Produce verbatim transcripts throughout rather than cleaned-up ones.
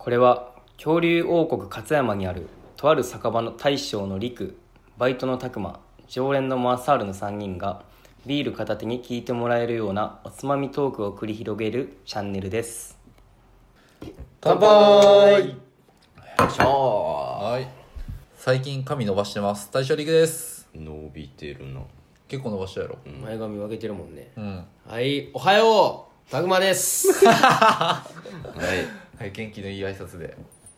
これは恐竜王国勝山にあるとある酒場の大将の陸、バイトの拓磨、常連のマーサールのさんにんがビール片手に聞いてもらえるようなおつまみトークを繰り広げるチャンネルです。 乾杯。よいしょー。 はい。最近髪伸ばしてます。大将陸です。 伸びてるな。 結構伸ばしたやろ。 うん、前髪分けてるもんね。 うん。 はい、おはよう、たぐまです。 はい。 はい、元気のいい挨拶で。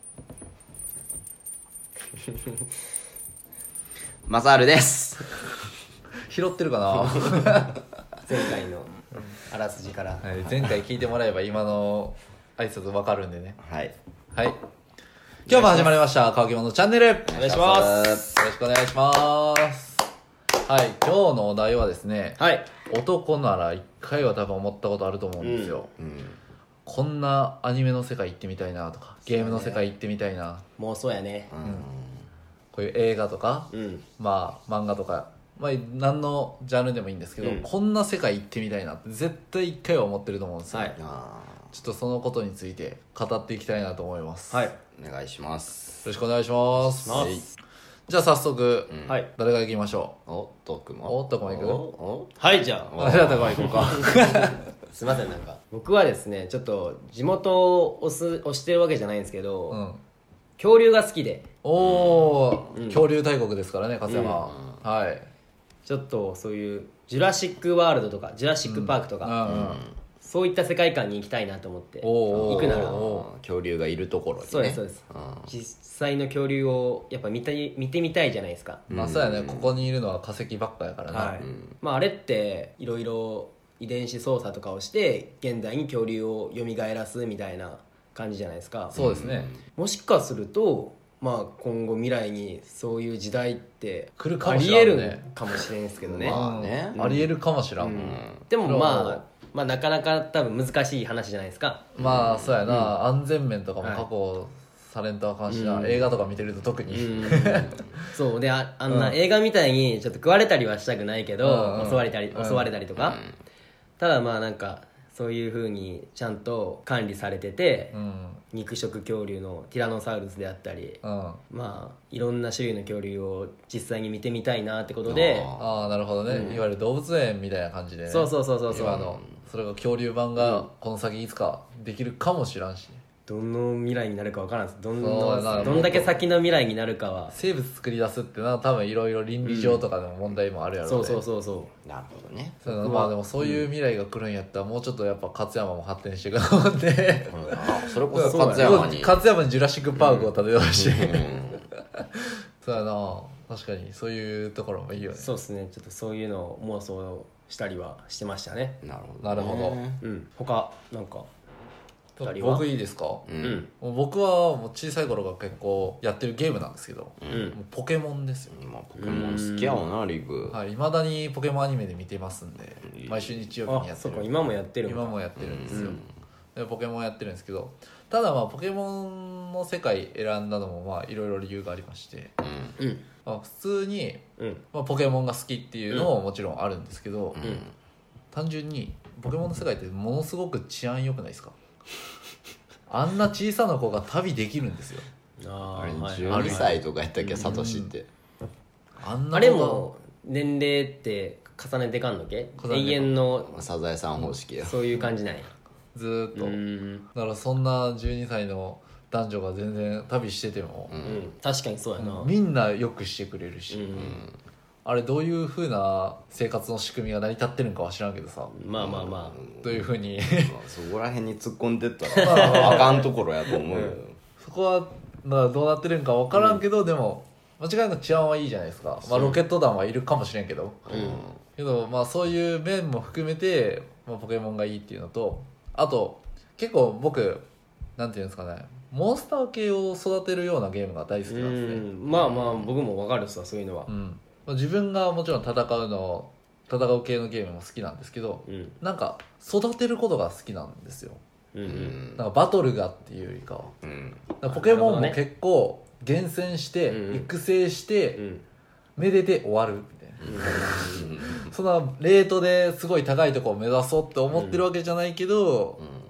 マサールです。 拾ってるかな。 前回のあらすじから、 はい、前回聞いてもらえば今の挨拶分かるんでね。 はい。 はい。今日も始まりました乾き物チャンネル。 お願いします。 よろしくお願いします。はい、今日のお題はですね、 はい、 男なら一回は多分思ったことあると思うんですよ、 うんうん、 こんなアニメの世界行ってみたいなとか、ゲームの世界行ってみたいな、 もうそうやね、 うん、こういう映画とか、うん、まあ漫画とか、まあ、何のジャンルでもいいんですけど、うん、こんな世界行ってみたいなって絶対一回は思ってると思うんですよ、はい、あちょっとそのことについて語っていきたいなと思います。 はい、お願いします。 よろしくお願いします。はい、じゃあ早速、うん、誰が行きましょう。 おっとくもおっとくも行く。 おはいじゃあじゃあたくも行こうか。 すいません、なんか僕はですねちょっと地元を押す押してるわけじゃないんですけど、うん、恐竜が好きで。 おお、うん、恐竜大国ですからね勝山、うん、はい。 ちょっとそういうジュラシックワールドとかジュラシックパークとか、うんうん、そういった世界観に行きたいなと思って行くなら恐竜がいるところにね。 そうですそうです、実際の恐竜をやっぱ見た見てみたいじゃないですか。 まあそうやね、ここにいるのは化石ばっかやからな、はい、 うん、まああれっていろいろ遺伝子操作とかをして現代に恐竜を蘇らすみたいな感じじゃないですか。 そうですね、 もしかするとまあ今後未来にそういう時代って来るかもしれん、ね、ありえるかもしれんですけどね。 まあね、うん、ありえるかもしらん、うん、 でもまあまあなかなか多分難しい話じゃないですか。 まあそうやな、うん、安全面とかも確保されんとあかんしな、うん、映画とか見てると特に、うん、 そうで あ, あんな映画みたいにちょっと食われたりはしたくないけど、うん、襲われたり、うん、襲われたりとか、うん、ただまあなんかそういう風にちゃんと管理されてて、うん、肉食恐竜のティラノサウルスであったり、うん、まあいろんな種類の恐竜を実際に見てみたいなってことで。 ああなるほどね、うん、いわゆる動物園みたいな感じで、ね、 そうそうそうそうそう、 今のそれが恐竜版がこの先いつかできるかもしらんし、ね、 どの未来になるか分からんです。どんのどんだけ先の未来になるかは。 生物作り出すってな多分いろいろ倫理上とかでも問題もあるやろうね、 うん、そうそうそうそう。 なるほどね。 そうまあでもそういう未来が来るんやったらもうちょっとやっぱ勝山も発展していくと思って、 うん、あそれこそ勝山に勝山にジュラシックパークを建てようして、うん、そうやな、確かにそういうところもいいよね。 そうですね、ちょっとそういうのを妄想したりはしてましたね。 なるほどなるほど、 うん、他なんか僕いいですか、うん、僕はもう小さい頃が結構やってるゲームなんですけど、うん、もうポケモンですよ、 まあ、ポケモン好きやわなリグ。 はい、未だにポケモンアニメで見てますんで、毎週日曜日にやってる。 あ、そうか、今もやってるんだ。 今もやってるんですよ、うん、でポケモンやってるんですけど、ただまあポケモンの世界選んだのもまあいろいろ理由がありまして、うん、まあ、普通に、うんまあ、ポケモンが好きっていうのももちろんあるんですけど、うん、単純にポケモンの世界ってものすごく治安良くないですか？あんな小さな子が旅できるんですよ。 ああれじゅうにさいとかやったっけ、サトシって。 あんなあれも年齢って重ねてかんのけ？永遠のサザエさん方式や。 そういう感じなんや。 ずーっと。だからそんなじゅうにさいの男女が全然旅してても、 うんうん、確かにそうやな。 みんなよくしてくれるし、うんうん、あれどういう風な生活の仕組みが成り立ってるんかは知らんけどさ、 まあまあまあどういう風にそこら辺に突っ込んでったらあかんところやと思うよ、うん、 そこはまあどうなってるんか分からんけど、うん、でも間違いなく治安はいいじゃないですか、まあ、ロケット弾はいるかもしれんけど、うん、けどまあそういう面も含めて、まあ、ポケモンがいいっていうのと、あと結構僕なんていうんですかね、モンスター系を育てるようなゲームが大好きなんですね。うん、 まあまあ僕も分かるっすわそういうのは、うん、 自分がもちろん戦うの戦う系のゲームも好きなんですけど、うん、なんか育てることが好きなんですよ、うんうん、なんかバトルがっていうよりかは、うん、かポケモンも結構厳選して育成して、うんうん、めでて終わるみたいな、うん、そんなレートですごい高いところを目指そうって思ってるわけじゃないけど、うん、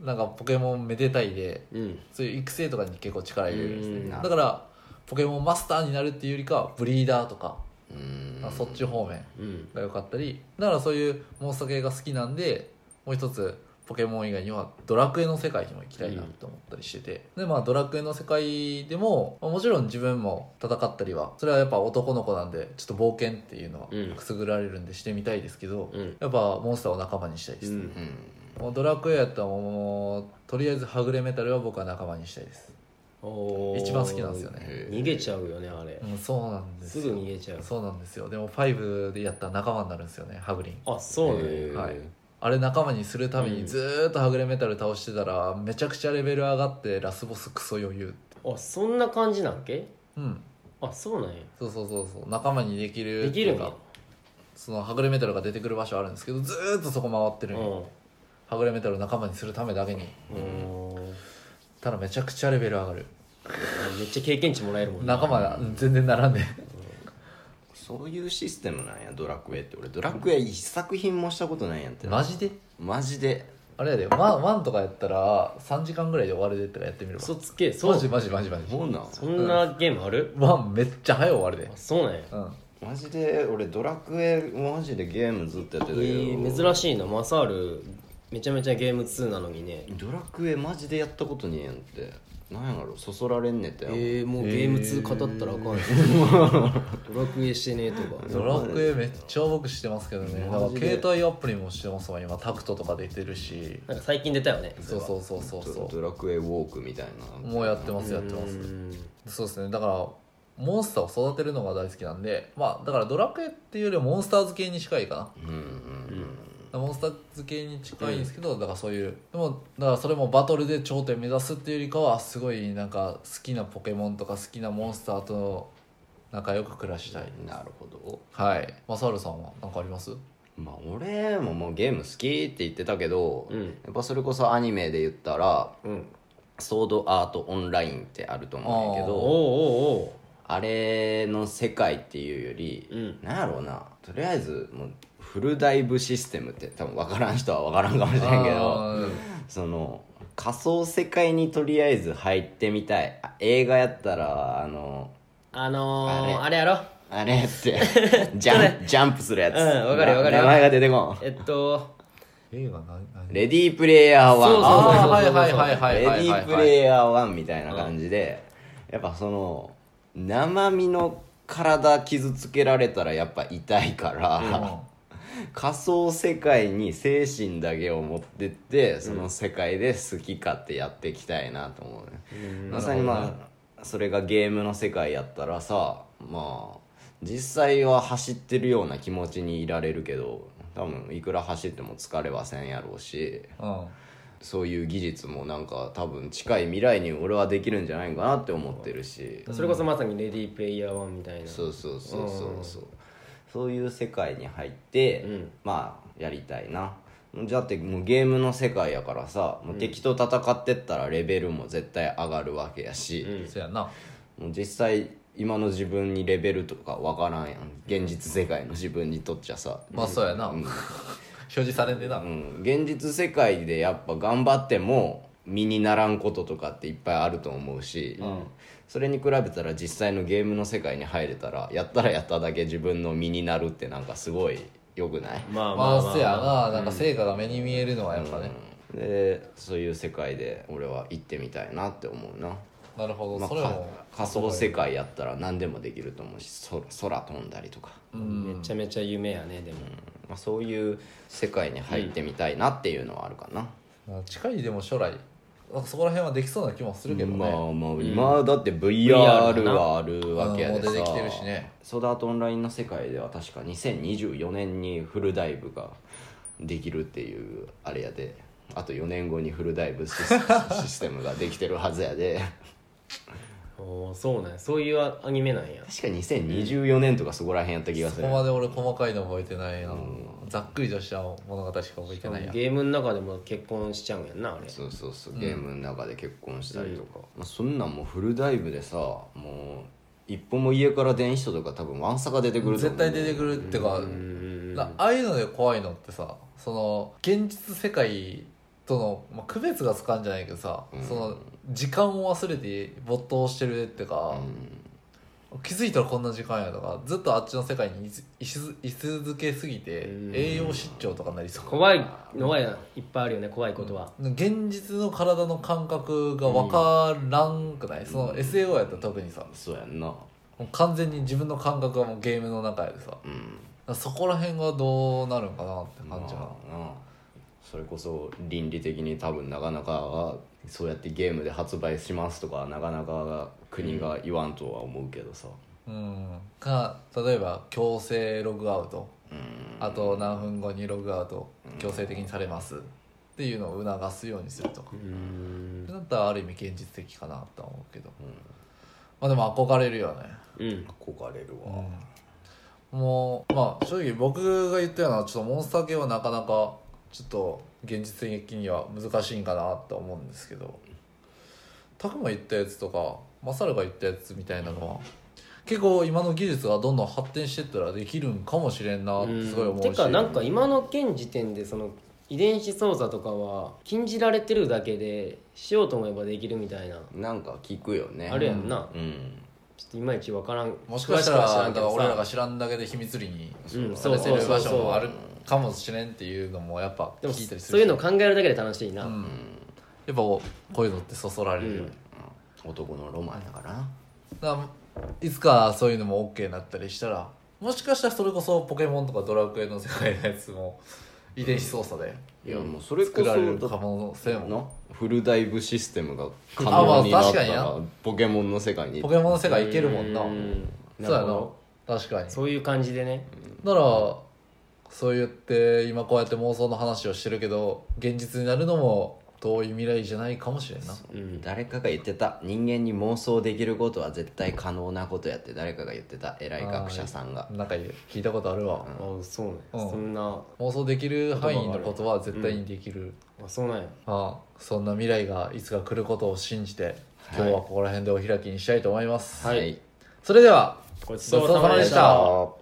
なんかポケモンめでたいで、 うん、 そういう育成とかに結構力入れるんですね。 うんだからポケモンマスターになるっていうよりかはブリーダーとか、 うんそっち方面うんが良かったり、だからそういうモンスター系が好きなんで、もう一つポケモン以外にはドラクエの世界にも行きたいなと思ったりしてて、でまあドラクエの世界でももちろん自分も戦ったりは、それはやっぱ男の子なんでちょっと冒険っていうのはうんくすぐられるんでしてみたいですけど、 うんやっぱモンスターを仲間にしたいです、 うんうんもうドラクエやったらもうとりあえずはぐれメタルは僕は仲間にしたいです。 おー一番好きなんですよね。 へー逃げちゃうよねあれ、 うん、そうなんですすよ。 ぐ逃げちゃう。 そうなんですよ。でもファイブでやったら仲間になるんですよね、ハグリン。 あそうね、 へーはい、あれ仲間にするためにずーっとはぐれメタル倒してたらめちゃくちゃレベル上がってラスボスクソ余裕。 あそんな感じなんけ。 うん、 あそうなんや。 そうそうそうそう、仲間にできるできるんやっていうか、そのはぐれメタルが出てくる場所あるんですけどずーっとそこ回ってるんよ、はぐれメタルを仲間にするためだけに。 うんうんただめちゃくちゃレベル上がる。 めっちゃ経験値もらえるもんね。 仲間が全然並んでそういうシステムなんやドラクエって。俺ドラクエ一作品もしたことないやんって。 マジでマジであれやで、ワン、ワンとかやったらさんじかんぐらいで終わるでってかやってみれば。 嘘つけ。そうマジマジマジマジ。 そうなんそんなゲームある。 ワンめっちゃ早い終わるであ。そうなんや。 うん。 マジで俺ドラクエマジでゲームずっとやってたけど、 えー、珍しいな。マサールめちゃめちゃゲームツーなのにね。 ドラクエマジでやったことねえやんって。なんやろそそられんねってやん、 えー、もうゲームツー語ったらあかんよ、ドラクエしてねえとか。 ドラクエめっちゃ僕してますけどね。だからマジで携帯アプリもしてますわ今。タクトとか出てるし。 なんか最近出たよね。 そうそうそうそうそドラクエウォークみたいな。 う。もうやってますやってます。 うんそうですね。だからモンスターを育てるのが大好きなんで、まあだからドラクエっていうよりはモンスターズ系に近いかな。 うんうんモンスターズ系に近いんですけど、だからそういうでもだからそれもバトルで頂点目指すっていうよりかはすごいなんか好きなポケモンとか好きなモンスターと仲良く暮らしたい。 なるほど。 はいマサールさんは何かあります？ まあ俺ももうゲーム好きって言ってたけど、 うんやっぱそれこそアニメで言ったらうんソードアートオンラインってあると思うんやけおうど、 おうおうあれの世界っていうより、 うんなんやろうな、とりあえずもうフルダイブシステムって多分分からん人は分からんかもしれんけど、 あーその仮想世界にとりあえず入ってみたい。あ映画やったらあのあのー、 あれあれやろ。 あれってジャンジャンプするやつ、 うんわかるよわかるよ名前が出てこん。 えっと映画何何レディープレイヤーワン。 そうそうあーはいはいはいはいレデはいはいィープレイヤーワンみたいな感じで、やっぱその生身の体傷つけられたらやっぱ痛いから、仮想世界に精神だけを持ってってその世界で好き勝手やっていきたいなと思うね、まさにまあそれがゲームの世界やったらさ、まあ実際は走ってるような気持ちにいられるけど、多分いくら走っても疲れはせんやろうし、 うんそういう技術もなんか多分近い未来に俺はできるんじゃないかなって思ってるし、 それこそまさにレディープレイヤーワンみたいな。 そうそうそうそうそう、そういう世界に入って、 うんまあやりたいな。だってもうゲームの世界やからさ、もう敵と戦ってったらレベルも絶対上がるわけやし、 そやな。 もう実際今の自分にレベルとかわからんやん、現実世界の自分にとっちゃさ。 まあそうやな、 うん表示されんでな、 うん、現実世界でやっぱ頑張っても身にならんこととかっていっぱいあると思うし、 うんそれに比べたら実際のゲームの世界に入れたらやったらやっただけ自分の身になるってなんかすごい良くない？ まあままあまあ、 あせやな、なんか成果が目に見えるのはやっぱね、 でそういう世界で俺は行ってみたいなって思うな。 なるほど、 まあそれもか仮想世界やったら何でもできると思うし、そ空飛んだりとか、 めちゃめちゃ夢やねでも、 まあ、そういう世界に入ってみたいなっていうのはあるかな。 まあ近いでも将来なんかそこら辺はできそうな気もするけどね、 まあまあ今だって ブイアール があるわけやでさ、 うんもう出てきてるしね。 ソードアートオンラインの世界では確かにせんにじゅうよねんにフルダイブができるっていうあれやで、あとよねんごにフルダイブシスシステムができてるはずやでおーそうなんや、そういうアニメなんや。 確かにせんにじゅうよねんとかそこら辺やった気がする。 そこまで俺細かいの覚えてないな、ざっくりとした物語しか覚えてないや。 ゲームの中でも結婚しちゃうんやんなあれ。 そうそうそう、ゲームの中で結婚したりとか、まあ、そんなんもうフルダイブでさ、もう一歩も家から出ん人とか多分ワンサが出てくると思う。 絶対出てくるってか、なああいうので怖いのってさ、その現実世界ととの、まあ、区別がつかんじゃないけどさ、うん、その時間を忘れて没頭してるってか、うん、気づいたらこんな時間やとかずっとあっちの世界に居続けすぎて栄養失調とかなりそう。 怖いのはいっぱいあるよね、怖いことは、 うん、現実の体の感覚が分からんくない、うん、その エスエーオー やったら特にさ、 そうやんな、もう完全に自分の感覚がもうゲームの中でさ、うん、そこら辺がどうなるんかなって感じが、まあ、 それこそ倫理的に多分なかなかそうやってゲームで発売しますとかなかなか国が言わんとは思うけどさ、 うん、か例えば強制ログアウト、うん、あと何分後にログアウト強制的にされますっていうのを促すようにするとか、うん、だったらある意味現実的かなとは思うけど、うん、まあでも憧れるよね、 うん、憧れるわ、 うん、もうまあ正直僕が言ったようなちょっとモンスター系はなかなかちょっと現実的には難しいんかなと思うんですけど、タクマ言ったやつとかマサルが言ったやつみたいなのは結構今の技術がどんどん発展していったらできるんかもしれんなってすごい思うし、 てかなんか今の現時点でその遺伝子操作とかは禁じられてるだけでしようと思えばできるみたいな、 なんか聞くよね、 あるやんな、 うん、 ちょっといまいち分からん、 もしかしたらだから俺らが知らんだけで秘密裏にされてる場所もあるかもしれんっていうのもやっぱ聞いたりするし、 そういうのを考えるだけで楽しいな、うん、 やっぱこういうのってそそられる、 うん、男のロマンだからな、 だからいつかそういうのも OK になったりしたら、もしかしたらそれこそポケモンとかドラクエの世界のやつも遺伝子操作でいやもうそれこそ作られる可能性もフルダイブシステムが可能になったらポケモンの世界にポケモンの世界いけるもんな、うん、そうやな、確かにそういう感じでね、 だからそう言って今こうやって妄想の話をしてるけど現実になるのも遠い未来じゃないかもしれんな、 うん、誰かが言ってた、人間に妄想できることは絶対可能なことやって誰かが言ってた、偉い学者さんが、 なんか聞いたことあるわ、 うん、あそうね、うん、そんな妄想できる範囲のことは絶対にできる、 うん、あそうなんや、 あそんな未来がいつか来ることを信じて今日はここら辺でお開きにしたいと思います、 はい、 それではごちそうさまでした。